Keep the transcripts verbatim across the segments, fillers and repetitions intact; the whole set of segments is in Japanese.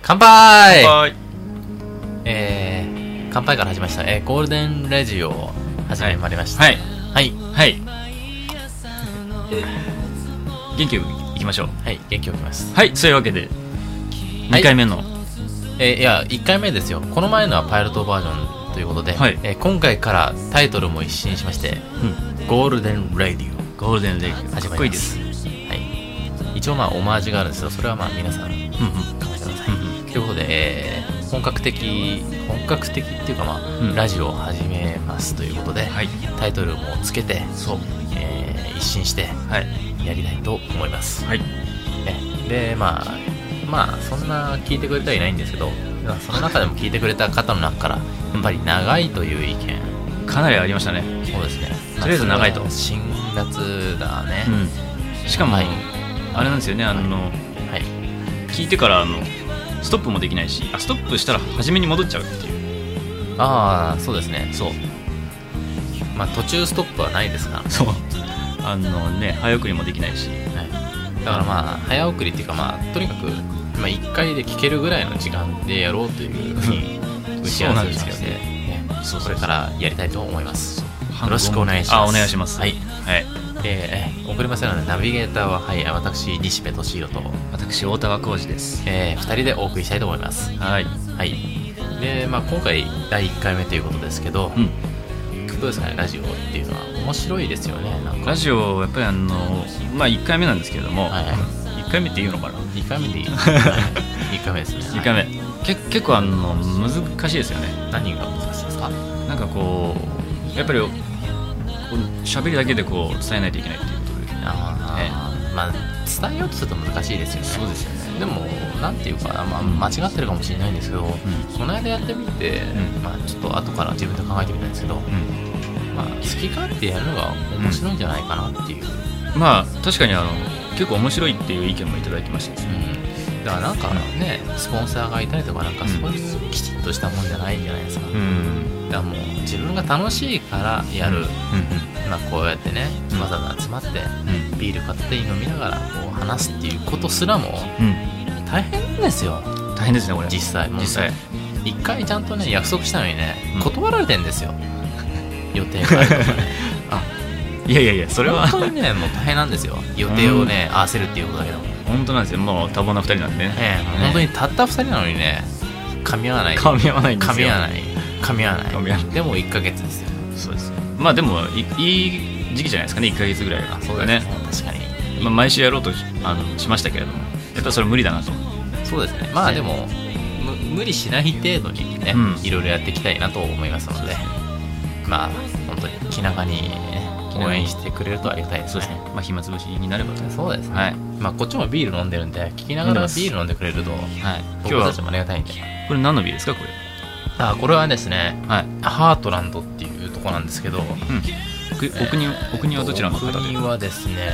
乾杯。 乾杯。 えー、乾杯から始まりました、えー、ゴールデンラジオ始めまいりました。 はいはいはい、元気よくいきましょう。 はい、元気よくいきます。 はい、そういうわけでにかいめの、はい、 えー、いやいっかいめですよ。この前のはパイロットバージョンということで、はい、えー、今回からタイトルも一新しまして、うん、ゴールデンラディオゴールデンラディオ始まります。はい、一応まあオマージュがあるんですけど、それはまあ皆さん考えてください。うんうん、ということで、えー、本格的本格的っていうかまあ、うん、ラジオを始めますということで、はい、タイトルもつけて、そう、えー、一新してやりたいと思います。はい、でまあまあそんな聞いてくれてはいないんですけど、その中でも聞いてくれた方の中からやっぱり長いという意見かなりありましたね。 そうですね、 とりあえず長いと。 辛辣だね、 うん、しかも、はい、あれなんですよね、あの、はい、聞いてからあのストップもできないし、あストップしたら初めに戻っちゃうっていう。 ああそうですね、そう、まあ途中ストップはないですから、ね、 そうあのね早送りもできないし、はい、 だからまあ早送りっていうか、まあとにかく、まあ、いっかいで聞けるぐらいの時間でやろうというふうに打ち合わせをして、ね、これからやりたいと思います。よろしくお願いします。 あお願いします。はい、 はい、えー、送りませんのでナビゲーターは、はい、私西部敏弘と私大田和浩二です。 えー、ふたりでお送りしたいと思います。はい、はい、で、まあ、今回だいいっかいめということですけど、うん、どうですかね、ラジオっていうのは面白いですよね。なんかラジオやっぱりあの、まあ、いっかいめなんですけれども、はいはい、いっかいめっていうのかな、 いっかいめでいいいっかいめですね。 いっかいめ、はい、け結構あの難しいですよね。 何が難しいですか？ なんかこうやっぱり喋りだけでこう伝えないといけないっていうことで、 あ、えー、まあ伝えようとすると難しいですよね。 そうですよね。 でもなんていうか、まあ、間違ってるかもしれないんですけど、うん、この間やってみて、うん、まあ、ちょっと後から自分で考えてみたんですけど、うん、まあ、好き勝手やるのが面白いんじゃないかなっていう、 うん、まあ確かにあの結構面白いっていう意見もいただきましたですね、 うん、だからなんかね、スポンサーがいたりとかなんかそういうきちっとしたもんじゃないんじゃないですか、うん、だからもう自分が楽しいからやる、うんうん、まあ、こうやってねわざわざ集まって、うん、ビール片手に飲みながらこう話すっていうことすらも、うん、大変ですよ。 大変ですねこれ。 実際実際一回ちゃんとね約束したのにね、うん、断られてんですよ予定があるとかねあいやいやいや、それは本当にねもう大変なんですよ、予定をね、うん、合わせるっていうことだけど。 本当なんですよ、もう多忙なふたりなんでね、 ええ、本当にたったふたりなのにね噛み合わない噛み合わないんですよ。 噛み合わない噛み合わない噛み合わない。でもいっかげつですよ。 そうです。まあでも い, いい時期じゃないですかね、いっかげつぐらいは。 そうだね、確かに、 まあ、毎週やろうと し, あのしましたけれども、やっぱりそれ無理だなと。 そうですね、まあでも無理しない程度にね、うん、いろいろやっていきたいなと思いますので、まあ本当に気長に、ね、応援してくれるとありがたいですね。そうですね、 まあ、暇つぶしになればね。 そうですね、はい、まあ、こっちもビール飲んでるんで聞きながらビール飲んでくれると、はい、僕たちもありがたいんで。 これ何のビールですかこれ？ あこれはですね、はい、ハートランドっていうとこなんですけど、うん、 お国お国はどちらの方で？ お国はですね、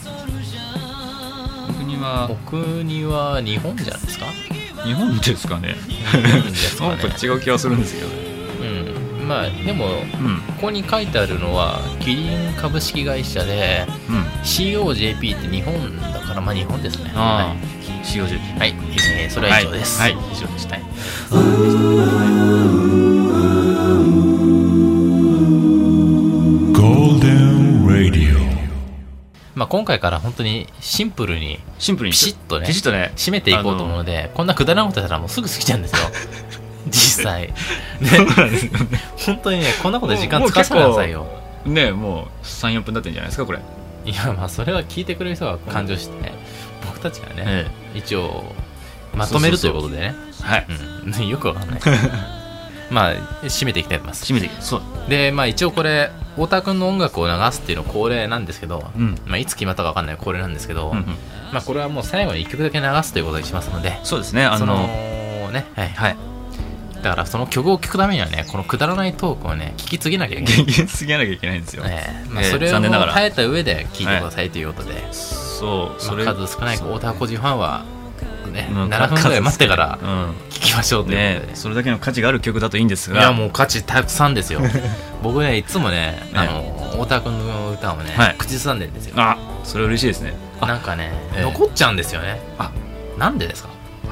お国はお国は日本じゃないですか。 日本ですかね。なんか違う気がするんですけどね。 うん、まあでも、うん、ここに書いてあるのはキリン株式会社で、うん、シーオージェーピー って日本だから、まあ日本ですね。 あ、はい、シーオージェーピー、 はい、えー、それは以上です。 はい、はい、以上でした。 まあ、今回から本当にシンプルにシンプルにピシッとね、 ピシッとね締めていこうと思うので、こんなくだらなことやったらもうすぐ過ぎちゃうんですよ実際ね。本当にね、こんなことで時間使わせてくださいよ。 ね、もう さん,よん 分だってんじゃないですかこれ。 いや、まあそれは聞いてくれる人が感情して、ね、僕たちがね、ええ、一応まとめるということでね。はい、うん、よくわかんないまあ締めていきたいと思います。 締めていきそうで、まあ一応これ太田君の音楽を流すっていうの恒例なんですけど、うん、まあ、いつ決まったか分かんない恒例なんですけど、うんうん、まあ、これはもう最後にいっきょくだけ流すということにしますので。 そうですね、あのそのね、はいはい、だからその曲を聴くためにはね、このくだらないトークをね聞き継ぎなきゃいけない聞き継ぎなきゃいけないんですよ、 ね、まあ、それを耐えた上で聴いてくださいということで、はい、 そう、それ、 まあ、数少ない太田浩二ファンはね、ななふんぐらい待ってから聴きましょうということで、 ね、それだけの価値がある曲だといいんですが。 いや、もう価値たくさんですよ僕ね、いつもね、あの太田君の歌をね、はい、口ずさんでるんですよ。 あ、それ嬉しいですね。 なんかね、えー、残っちゃうんですよね。 あ、 なんでですか？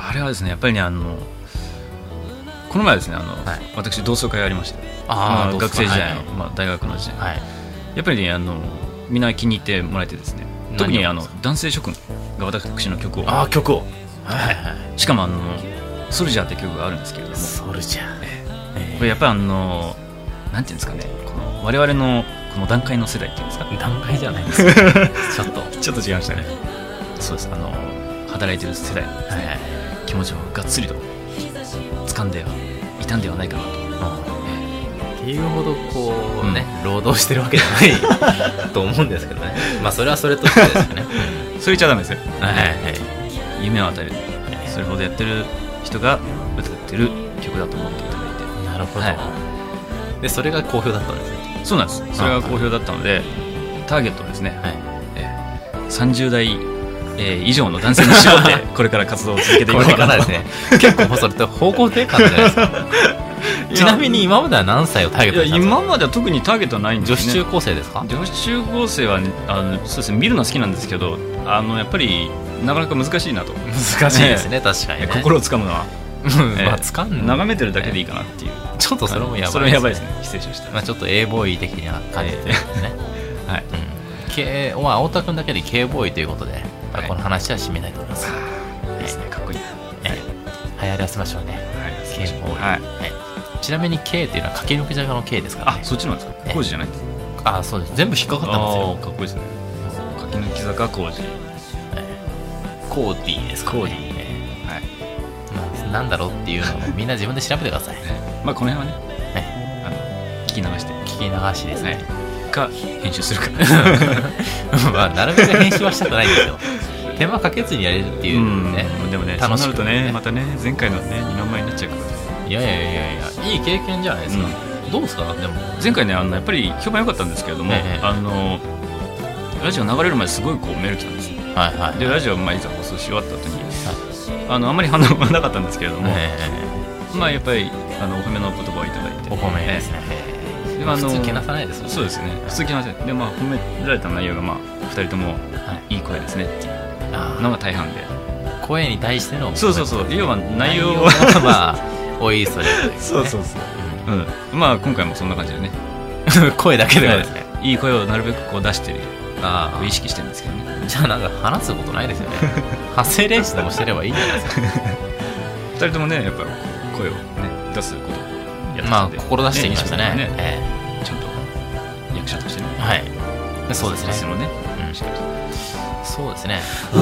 あれはですねやっぱりねあのこの前ですねあの、はい、私同窓会ありまして、あ、まあ、学生時代の、はいはい、まあ、大学の時代、はい、やっぱりねあのみんな気に入ってもらえてですね、特にあの男性諸君が私の曲をあ曲を、 はいはい、しかもあのソルジャーって曲があるんですけれども、 ソルジャー、 えー、これやっぱりあのなんていうんですかね、この我々のこの段階の世代っていうんですか、 段階じゃないですかちょっとちょっと違いましたね。そうです、あの働いてる世代の、ね、はい、気持ちをがっつりと掴んではいたんではないかなと、うん、 っていうほどこう、うん、ね労働してるわけじゃないと思うんですけどね。まあそれはそれとしてですねそれ言っちゃダメですよ、 はいはい、 夢を与える、それほどやってる人が歌ってる曲だと思っていただいて。 なるほど、はい、でそれが好評だったんですね。 そうなんです、それが好評だったのでターゲットをですね、はい、えー、さんじゅう代、えー、以上の男性に絞ってこれから活動を続けていこうかなと。 ですね結構それって方向転換じゃないですかちなみに今までは何歳をターゲットにしたんですか？ 今までは特にターゲットはないんですね。 女子中高生ですか？ 女子中高生は、ね、あのそうですね、見るのは好きなんですけど、あのやっぱりなかなか難しいなと。 難しいですね、確かにね。 心をつかむのはまあ掴ん眺めてるだけでいいかなっていう、 ちょっとそれもやばいですね。 それもやばいですね、失礼しました。 まあ、ちょっと A ボーイ的な感じですねはい、うん、K、まあ、太田君だけで K ボーイということで、はい、この話は締めないと思います。 いいですね、かっこいい、 えー、流行らせましょうね、はい、K ボーイ、はいはい、ちなみに K っていうのは駆け抜け坂の K ですからね。 あ、そっちなんですか？工事じゃないですか？あ、そうです、全部引っかかったんですよ。 かっこいいですね。駆け抜き坂工事、 コーディーですかね。コーディー、まあ、なんだろうっていうのをみんな自分で調べてくださいまあこの辺はね、ね、あの聞き流して聞き流しですね、 か編集するかまあなるべく編集はしたくないんですよ手間かけずにやれるっていうね、 うん、でもね、楽しくね、またね、前回のね二の舞になっちゃうからね。 いやいやいやいや、いい経験じゃないですか、うん、どうですか？でも前回ね、あのやっぱり評判良かったんですけれども、ええ、あのラジオ流れる前すごいこうメール来たんですよ、はいはい、でラジオ、まあ、いざ放送し終わった後に、はい、あのあんまり反応がなかったんですけれども、ええ、まあやっぱりあのお褒めの言葉をいただいて、 お褒めですね、ええ、でもあの普通けなさないですよね。 そうですね、普通けなさないで、まあ、褒められた内容が、まあ、ふたりとも、はい、いい声ですねっていうのが大半で、 声に対しての、 そうそうそう、要は内容はまあおいいそれ、ね、 そうそうそう、うんうん、まあ今回もそんな感じでね声だけではですね、 いい声をなるべくこう出してる、あ意識してるんですけどね。 じゃあなんか話すことないですよね発声練習でもしてればいいんじゃないですかふたりともね、やっぱ声を、ね、出すことをやってたんで、 まあ志していきましたね、ね、えー、ちゃんと役者としてね、 はい、そうですね、 ですもね、 うん、しっかりとそうですね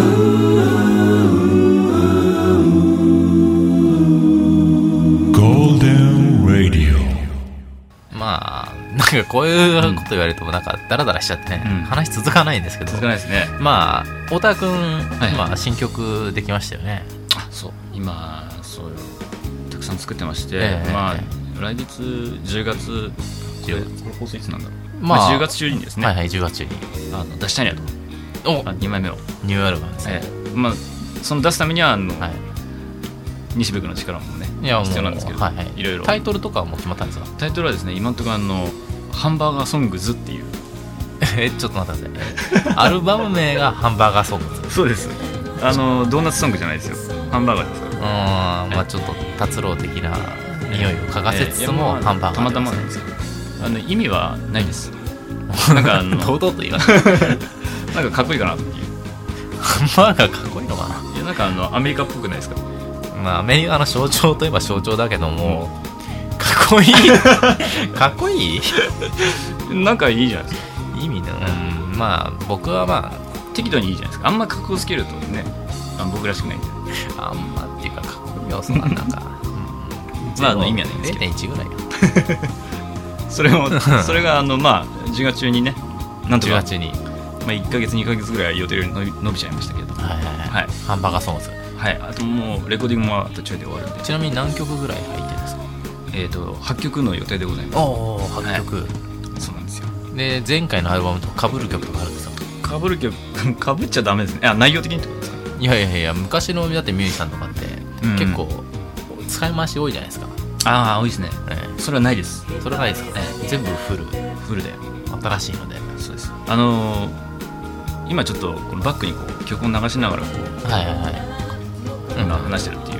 まあなんかこういうこと言われてもなんかダラダラしちゃってね、うん、話続かないんですけど、 続かないですね。 まあ太田君、はい、まあ、新曲できましたよね。 あ、そう、今そうたくさん作ってまして、えー、まあ来月じゅうがつ、これ放送いつなんだろう、まあ、まあ、じゅうがつ中にですね、 はいはい、じゅうがつ中にあの出したいなと、おにまいめをニューアルバムですね、 えー、まあ、その出すためにはあの、はい、西部君の力もね必要なんですけど、はいはい、いろいろタイトルとかはもう決まったんですか？ タイトルはですね、今のところあのハンバーガーソングズっていうえちょっと待ってくださいアルバム名がハンバーガーソングズそうです、あのドーナツソングじゃないですよ、ハンバーガーですから。 あ、まあちょっと達郎的な匂いを嗅がせつつも、えー、ハンバーガー、 たまたまなんですけど、あの意味はないですなんかあの堂々と言わないなんかかっこいいかなっていうハンバーガーかっこいいのかな。 いや、なんかあのアメリカっぽくないですか？ まあアメリカの象徴といえば象徴だけども、うん、かっこいいかっこいいなんかいいじゃないですか、 意味だ、うん、まあ僕はまあ適度にいいじゃないですか。あんま格好つけるとね、あ僕らしくないんで、 あんまっていうかかっこいい要素はなんか、 うん、まああの意味はないんですけどれいてんいち ぐらいかそれもそれがあのまあじゅうがつ中にね、なんとかじゅうがつ中に、 まあ、いっかげつにかげつぐらい予定より伸び、伸びちゃいましたけど、 はいはいはい、はい、ハンバーガーソングズ、 はい、あともうレコーディングもあとちょいで終わるんで。 ちなみに何曲ぐらい入ってるんですか？ えーとはっきょくの予定でございます。 おお、はっきょく、はい、 そうなんですよ。 で前回のアルバムと被る曲とかあるんですか？ 被る曲被っちゃダメですね。あ、内容的にってことですか？ いやいやいや、昔のだってミュージシャンとかって、うん、結構使い回し多いじゃないですか。 ああ、多いですね、えー、それはないです。 それはないですかね、えー、全部フルフルで新しいので。 そうです。あのー、今ちょっとこのバックにこう曲を流しながらこう、 はいはいはい、 今話してるっていう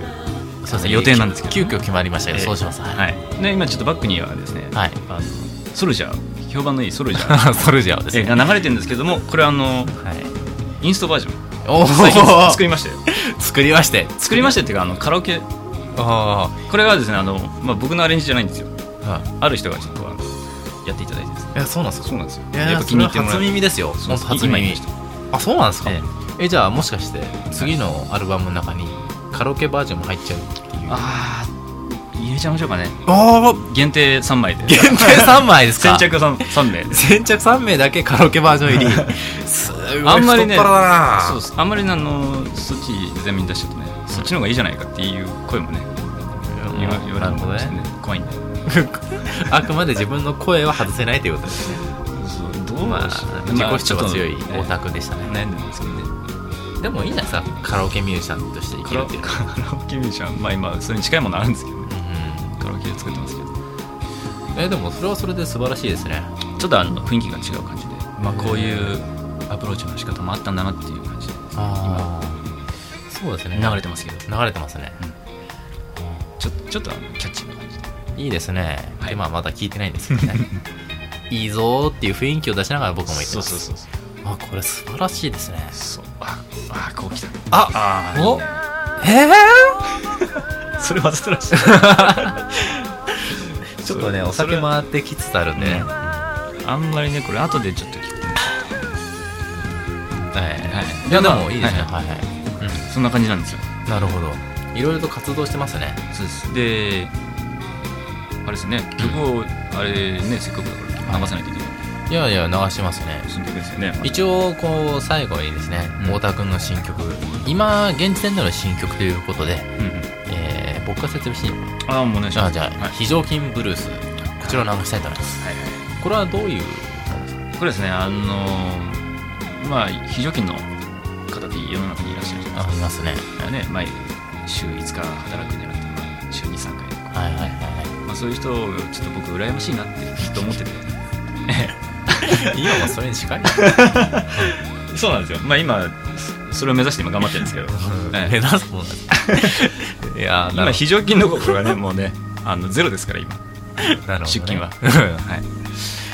そうですね予定なんですけど、 急遽決まりましたけど、えー、そうします。 はい、で今ちょっとバックにはですね、はい、あのソルジャー、評判のいいソルジャーソルジャーですね、 えー、流れてるんですけども、これあの、はい、インストバージョンお最近作りましたよ作りまして作りましてっていうか、あのカラオケ、これはですね、あの、まあ、僕のアレンジじゃないんですよ、はあ、ある人がちょっとあのやっていただいてですね。 いや、そうなんですか。 そうなんですよ。 いや、やっぱ気に入ってもら初耳ですよ。本当初耳。あ、そうなんですか。ええ、えじゃあもしかして次のアルバムの中にカラオケバージョンも入っちゃうっていう。 ああ、入れちゃいましょうかね。 ああ、 限定さんまいで。 限定さんまいですか。 先着 3, 3名。 先着さん名だけカラオケバージョン入り。すごい太っ腹だな。あんまりね、 そうです。あんまりあのそっち全面出しちゃうとね、うん、そっちの方がいいじゃないかっていう声もね、言わ言われるんですね。怖いんで。 あくまで自分の声は外せないということですね。 そう、どう、まあ、 自己主張が強いオタクでしたね。 悩んでるんですけどね。 でもいいんじゃないですか、カラオケミュージシャンとして生きるっていう。 カラオケミュージシャン、まあ今それに近いものあるんですけどね、うん、カラオケで作ってますけど。 えでもそれはそれで素晴らしいですね。 ちょっとあの雰囲気が違う感じで、まあ、こういうアプローチの仕方もあったんだなっていう感じで、今そうですね、 流れてますけど。 流れてますね、うん、 ちょ, ちょっとあのキャッチーな感じでいいですね、はい、今まだ聞いてないんですけどねいいぞーっていう雰囲気を出しながら僕も言ってます。そうそうそうそう、あ、これ素晴らしいですね。 そう、ああ、こう来た。 ああ、お、えー、それわざとらしいちょっとね、お酒回ってきつつあるんでね、 うん、あんまりね、これ後でちょっと聞くとね、 はいはい、いやでもいいですね、はいはい、はい、 うん、そんな感じなんですよ。 なるほど、いろいろと活動してますね。 そうです。で、あれですね、曲を、うん、あれね、せっかくだから流さないといけない。 いやいや、流しますね。 新曲ですよね。 一応こう最後にですね、うん、太田君の新曲、今現時点での新曲ということで、うんうん、えー、僕が説明していいのかな。 あ、もうね、 じゃあじゃあ、はい、非常勤ブルース、こちらを流したいと思います。はいはい、これはどういう？ これですね、あのー、まあ非常勤の方って世の中にいらっしゃるじゃないですか。 あ、いますね。 ね、毎週いつか働くんじゃなくて、まあ、週に、さんかいとか、はいはいはい、まあ、そういう人をちょっと僕羨ましいなってずっと思ってて今もそれに近いそうなんですよ。まあ今それを目指して今頑張ってるんですけど、 うん、目指すもんなんですいや、 今非常勤の心がねもうね、あのゼロですから今。なるほど、ね、出勤は、はい、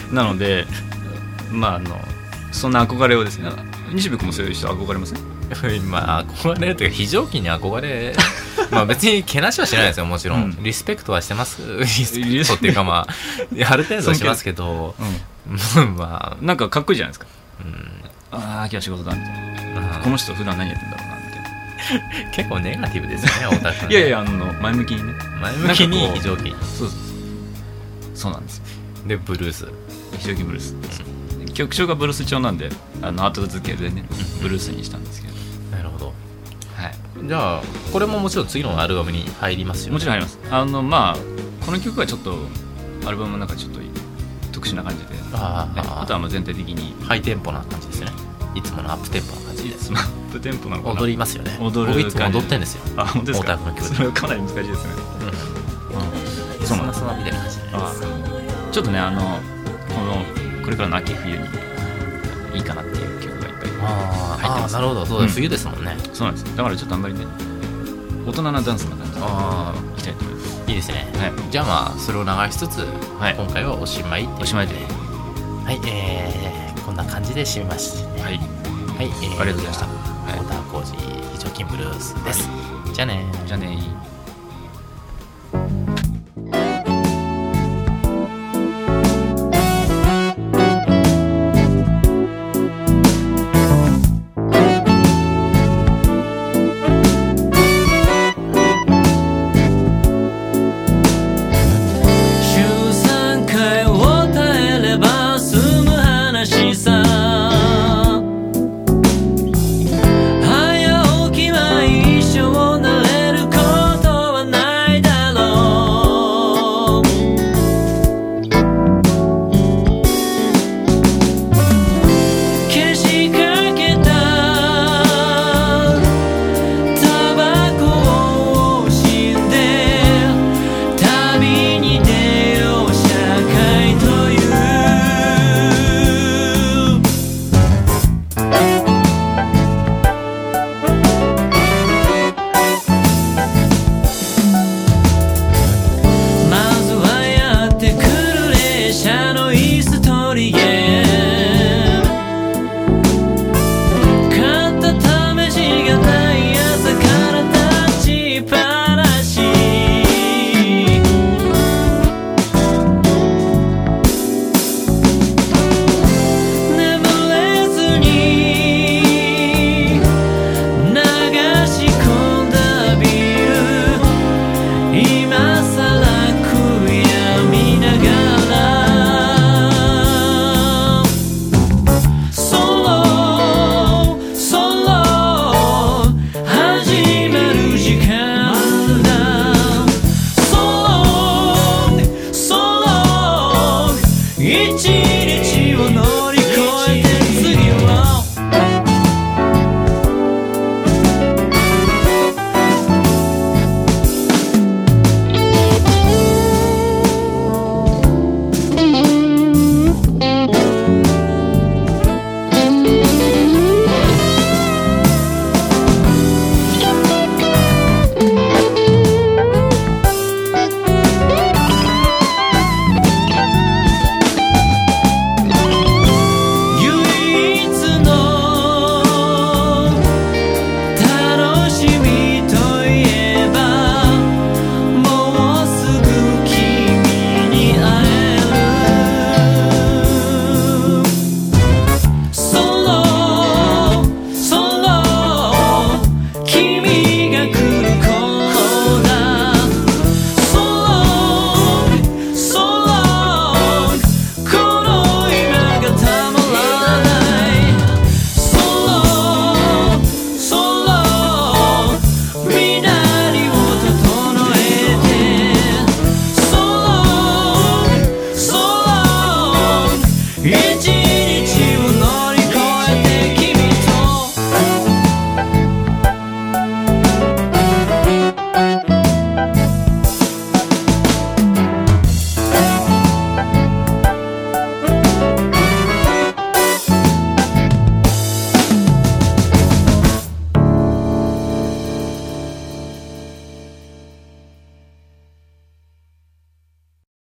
なので、まああのそんな憧れをですね、西部君もそういう人憧れますね。 まあ憧れるというか、非常勤に憧れまあ別にけなしはしないですよ、もちろん、うん、リスペクトはしてます。リスペクトっていうか、まあある程度はしますけど、うん、まあなんかかっこいいじゃないですか、うん、ああ今日は仕事だみたいな、この人普段何やってんだろうなみたいな。 結構ネガティブですよね、太田君。 いやいや、あの前向きにね、 前向きに非常勤。 そうそうそうなんですよ。 でブルース、 非常勤ブルース、うん、曲調がブルース調なんで、あの後付けでね、うん、ブルースにしたんですけど。 なるほど、 はい、 じゃあこれももちろん次のアルバムに入りますよね。 もちろん入ります。あのまあこの曲はちょっとアルバムの中でちょっと特殊な感じで、あ, ね、あとはもう全体的にハイテンポな感じですね。いつものアップテンポな感じで。 いつもアップテンポなのかな。 踊りますよね。 踊る僕いつも踊ってんですよ。 あ、本当ですか。 太田君の曲それはかなり難しいですね。 うん、うん、そんなそんなみたいな感じで。 ちょっとね、あのこのこれからの秋冬にいいかなっていう曲がいっぱい入ってます。 ああ、なるほど、そうだ、うん、冬ですもんね。 そうなんです。だからちょっとあんまりね、大人なダンスな感じでいきたいと思います。 いいですね、はい、じゃあまあそれを流しつつ、はい、今回はおしまいっていう。 おしまいで、 はい、えー、こんな感じで締めましたね。 はい、 はい、えー、 ありがとうございました。 太田浩司非常勤ブルースです、はい、じゃあねじゃあね